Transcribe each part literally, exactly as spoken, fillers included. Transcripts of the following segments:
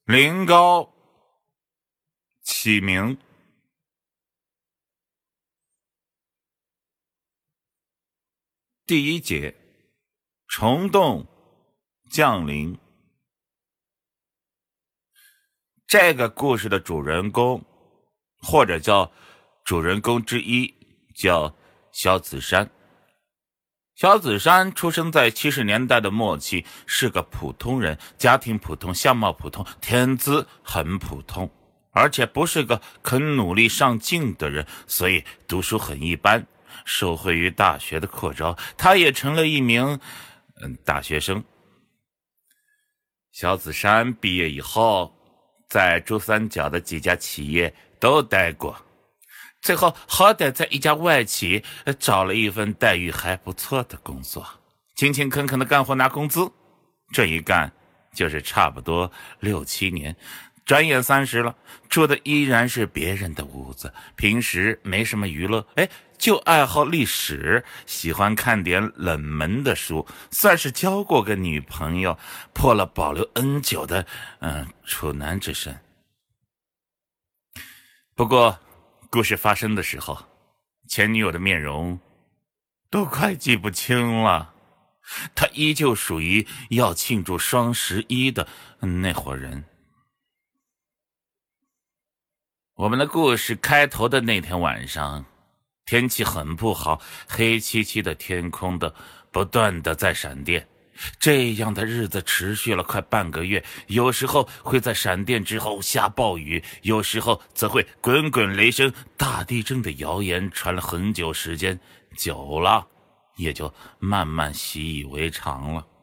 临高启明。第一节，虫洞降临。这个故事的主人公，或者叫主人公之一，叫萧子山。萧子山出生在七十年代的末期，是个普通人，家庭普通，相貌普通，天资很普通，而且不是个肯努力上进的人，所以读书很一般。受惠于大学的扩招，他也成了一名嗯大学生。萧子山毕业以后，在珠三角的几家企业都待过，最后好歹在一家外企找了一份待遇还不错的工作，勤勤恳恳的干活拿工资，这一干就是差不多六七年。转眼三十了，住的依然是别人的屋子，平时没什么娱乐，哎，就爱好历史，喜欢看点冷门的书，算是交过个女朋友，破了保留 N 久的嗯处男之身。不过故事发生的时候，前女友的面容都快记不清了，她依旧属于要庆祝双十一的那伙人。我们的故事开头的那天晚上，天气很不好，黑漆漆的天空的不断的在闪电。这样的日子持续了快半个月，有时候会在闪电之后下暴雨，有时候则会滚滚雷声，大地震的谣言传了很久时间，久了也就慢慢习以为常了。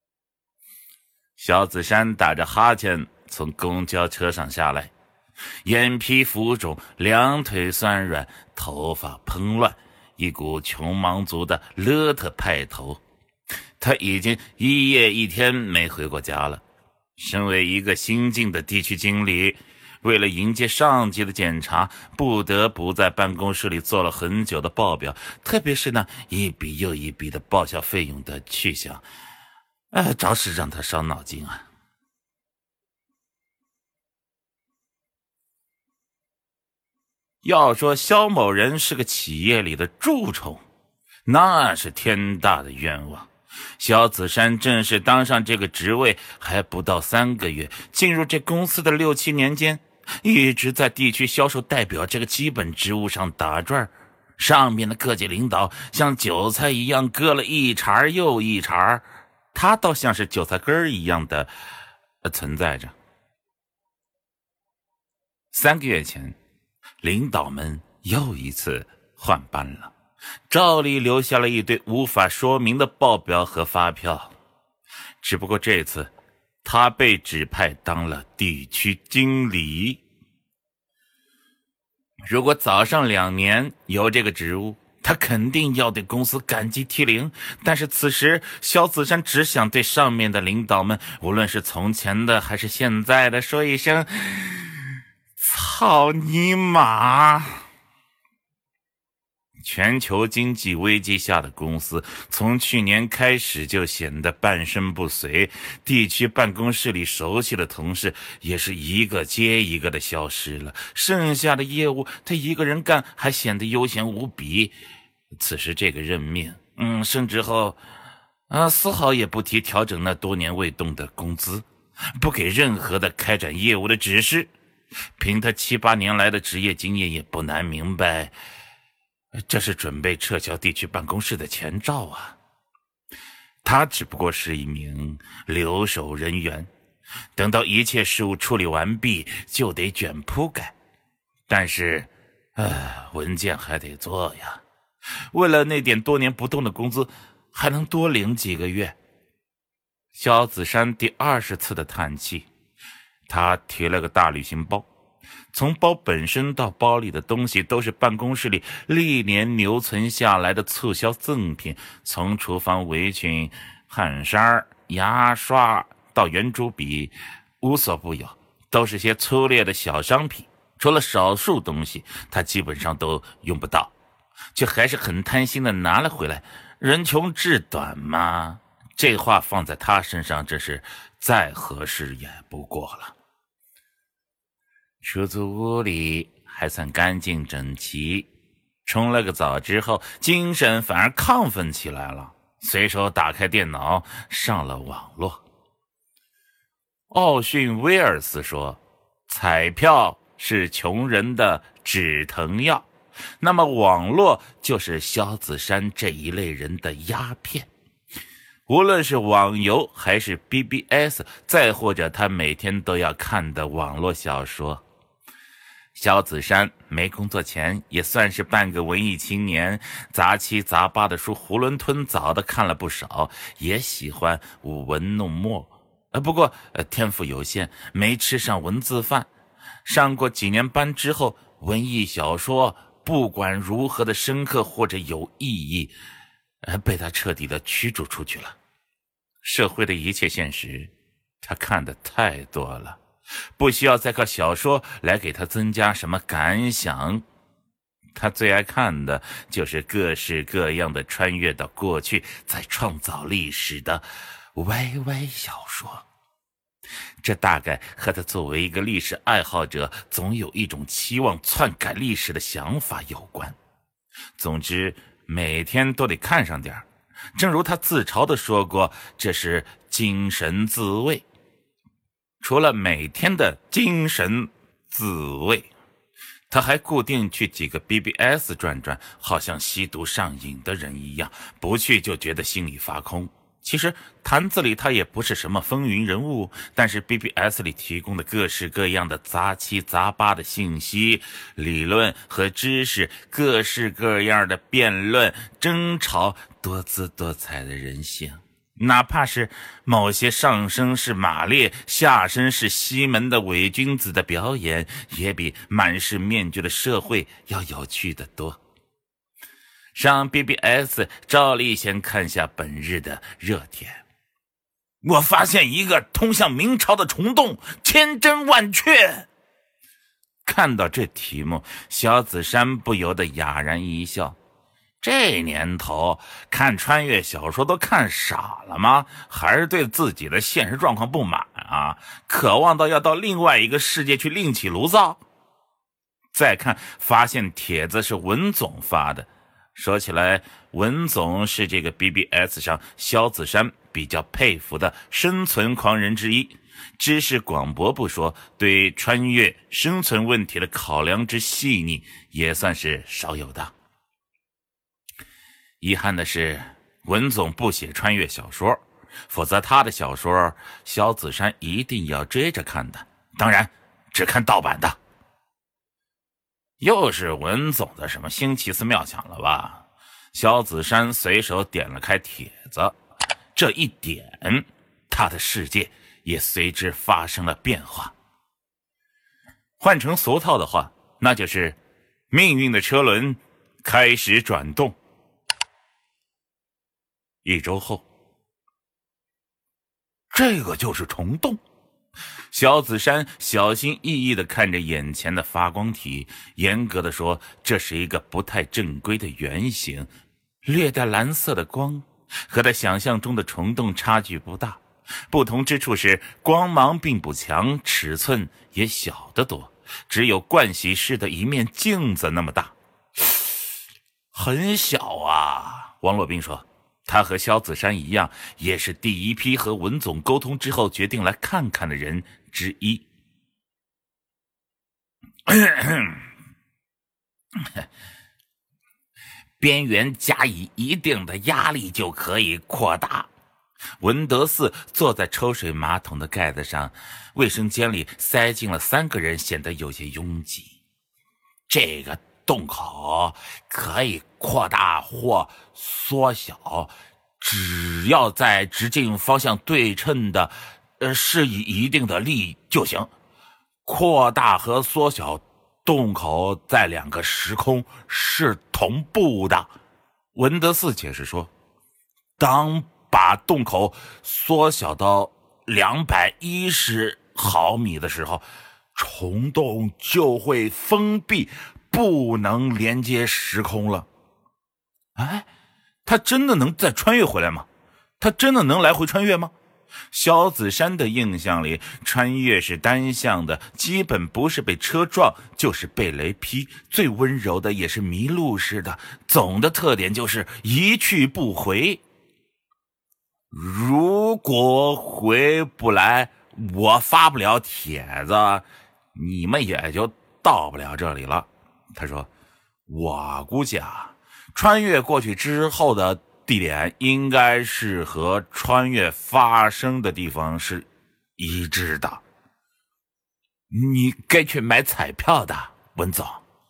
小子山打着哈欠从公交车上下来，眼皮浮肿，两腿酸软，头发蓬乱，一股穷忙族的邋遢派头。他已经一夜一天没回过家了。身为一个新进的地区经理，为了迎接上级的检查，不得不在办公室里做了很久的报表，特别是那一笔又一笔的报销费用的去向，哎，着实让他伤脑筋啊。要说萧某人是个企业里的蛀虫，那是天大的冤枉。萧子山正式当上这个职位还不到三个月，进入这公司的六七年间，一直在地区销售代表这个基本职务上打转，上面的各级领导像韭菜一样割了一茬又一茬，他倒像是韭菜根一样的、呃、存在着。三个月前，领导们又一次换班了，照例留下了一堆无法说明的报表和发票，只不过这次他被指派当了地区经理。如果早上两年有这个职务，他肯定要对公司感激涕零，但是此时萧子山只想对上面的领导们，无论是从前的还是现在的，说一声操你妈！全球经济危机下的公司，从去年开始就显得半身不遂，地区办公室里熟悉的同事也是一个接一个的消失了，剩下的业务他一个人干，还显得悠闲无比。此时这个任命，嗯，升职后啊，丝毫也不提调整那多年未动的工资，不给任何的开展业务的指示。凭他七八年来的职业经验，也不难明白，这是准备撤销地区办公室的前兆啊。他只不过是一名留守人员，等到一切事务处理完毕，就得卷铺盖。但是，呃，文件还得做呀。为了那点多年不动的工资，还能多领几个月。萧子山第二十次的叹气。他提了个大旅行包，从包本身到包里的东西都是办公室里历年留存下来的促销赠品，从厨房围裙、汗衫、牙刷到圆珠笔，无所不有，都是些粗劣的小商品。除了少数东西他基本上都用不到，却还是很贪心的拿了回来。人穷志短嘛，这话放在他身上真是再合适也不过了。 出租屋里还算干净整齐，冲了个澡之后，精神反而亢奋起来了，随手打开电脑上了网络。奥逊威尔斯说，彩票是穷人的止疼药，那么网络就是萧子山这一类人的鸦片。无论是网游还是 B B S， 再或者他每天都要看的网络小说，萧子山没工作前也算是半个文艺青年，杂七杂八的书囫囵吞枣的看了不少，也喜欢舞文弄墨。呃，不过呃天赋有限，没吃上文字饭。上过几年班之后，文艺小说不管如何的深刻或者有意义，呃被他彻底的驱逐出去了。社会的一切现实，他看得太多了，不需要再靠小说来给他增加什么感想。他最爱看的就是各式各样的穿越到过去，再创造历史的歪歪小说。这大概和他作为一个历史爱好者，总有一种期望篡改历史的想法有关。总之，每天都得看上点儿。正如他自嘲地说过，这是精神自慰。除了每天的精神自慰，他还固定去几个 B B S 转转，好像吸毒上瘾的人一样，不去就觉得心里发空。其实坛子里他也不是什么风云人物，但是 B B S 里提供的各式各样的杂七杂八的信息、理论和知识，各式各样的辩论、争吵，多姿多彩的人性。哪怕是某些上身是马列，下身是西门的伪君子的表演，也比满是面具的社会要有趣得多。上 B B S 照例先看下本日的热帖。我发现一个通向明朝的虫洞，千真万确。看到这题目，萧子山不由得哑然一笑。这年头看穿越小说都看傻了吗？还是对自己的现实状况不满啊？渴望到要到另外一个世界去另起炉灶？再看发现帖子是文总发的，说起来，文总是这个 B B S 上萧子山比较佩服的生存狂人之一，知识广博不说，对穿越生存问题的考量之细腻也算是少有的。遗憾的是，文总不写穿越小说，否则他的小说萧子山一定要追着看的，当然只看盗版的。又是文总的什么新奇思妙想了吧？萧子山随手点了开帖子，这一点，他的世界也随之发生了变化。换成俗套的话，那就是命运的车轮开始转动。一周后，这个就是虫洞。萧子山小心翼翼地看着眼前的发光体，严格地说，这是一个不太正规的圆形，略带蓝色的光，和他想象中的虫洞差距不大。不同之处是，光芒并不强，尺寸也小得多，只有盥洗室的一面镜子那么大。很小啊，王洛宾说。他和萧子山一样，也是第一批和文总沟通之后决定来看看的人之一。边缘加以一定的压力就可以扩大。文德四坐在抽水马桶的盖子上，卫生间里塞进了三个人，显得有些拥挤。这个洞口可以扩大或缩小，只要在直径方向对称的呃，施以一定的力就行。扩大和缩小洞口在两个时空是同步的。文德四解释说，当把洞口缩小到两百一十毫米的时候，虫洞就会封闭，不能连接时空了。哎，他真的能再穿越回来吗？他真的能来回穿越吗？ 萧子山的印象里，穿越是单向的，基本不是被车撞就是被雷劈，最温柔的也是迷路似的，总的特点就是一去不回。如果回不来，我发不了帖子，你们也就到不了这里了。他说，我估计啊，穿越过去之后的地点应该是和穿越发生的地方是一致的。你该去买彩票的，文总。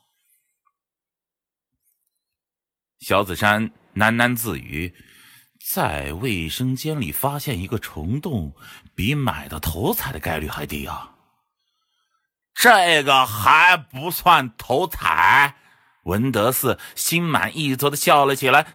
小子山喃喃自语，在卫生间里发现一个虫洞，比买到头彩的概率还低啊！这个还不算头彩。文德四心满意足地笑了起来，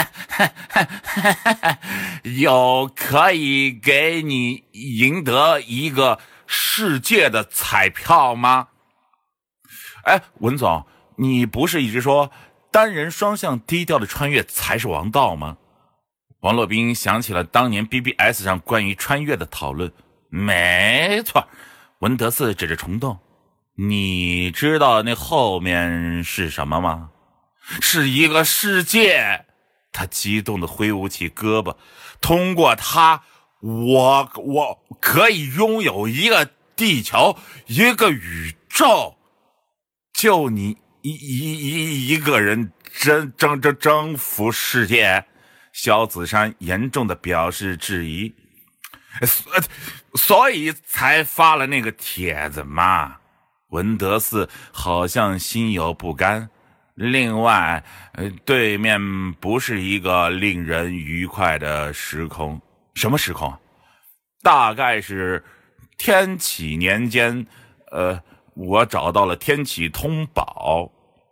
有可以给你赢得一个世界的彩票吗？哎，文总，你不是一直说单人双向低调的穿越才是王道吗？王洛宾想起了当年 B B S 上关于穿越的讨论。没错，文德四指着虫洞，你知道那后面是什么吗？是一个世界。他激动地挥舞起胳膊，通过它，我我可以拥有一个地球，一个宇宙。就你一一一一个人征征征征服世界？萧子山严重地表示质疑。所所以才发了那个帖子嘛。文德四好像心有不甘。另外，呃，对面不是一个令人愉快的时空。什么时空？大概是天启年间，呃，我找到了天启通宝。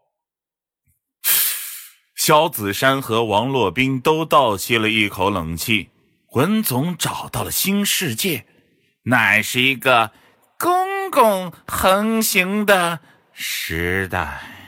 萧子山和王洛宾都倒吸了一口冷气。文总找到了新世界，乃是一个公共横行的时代。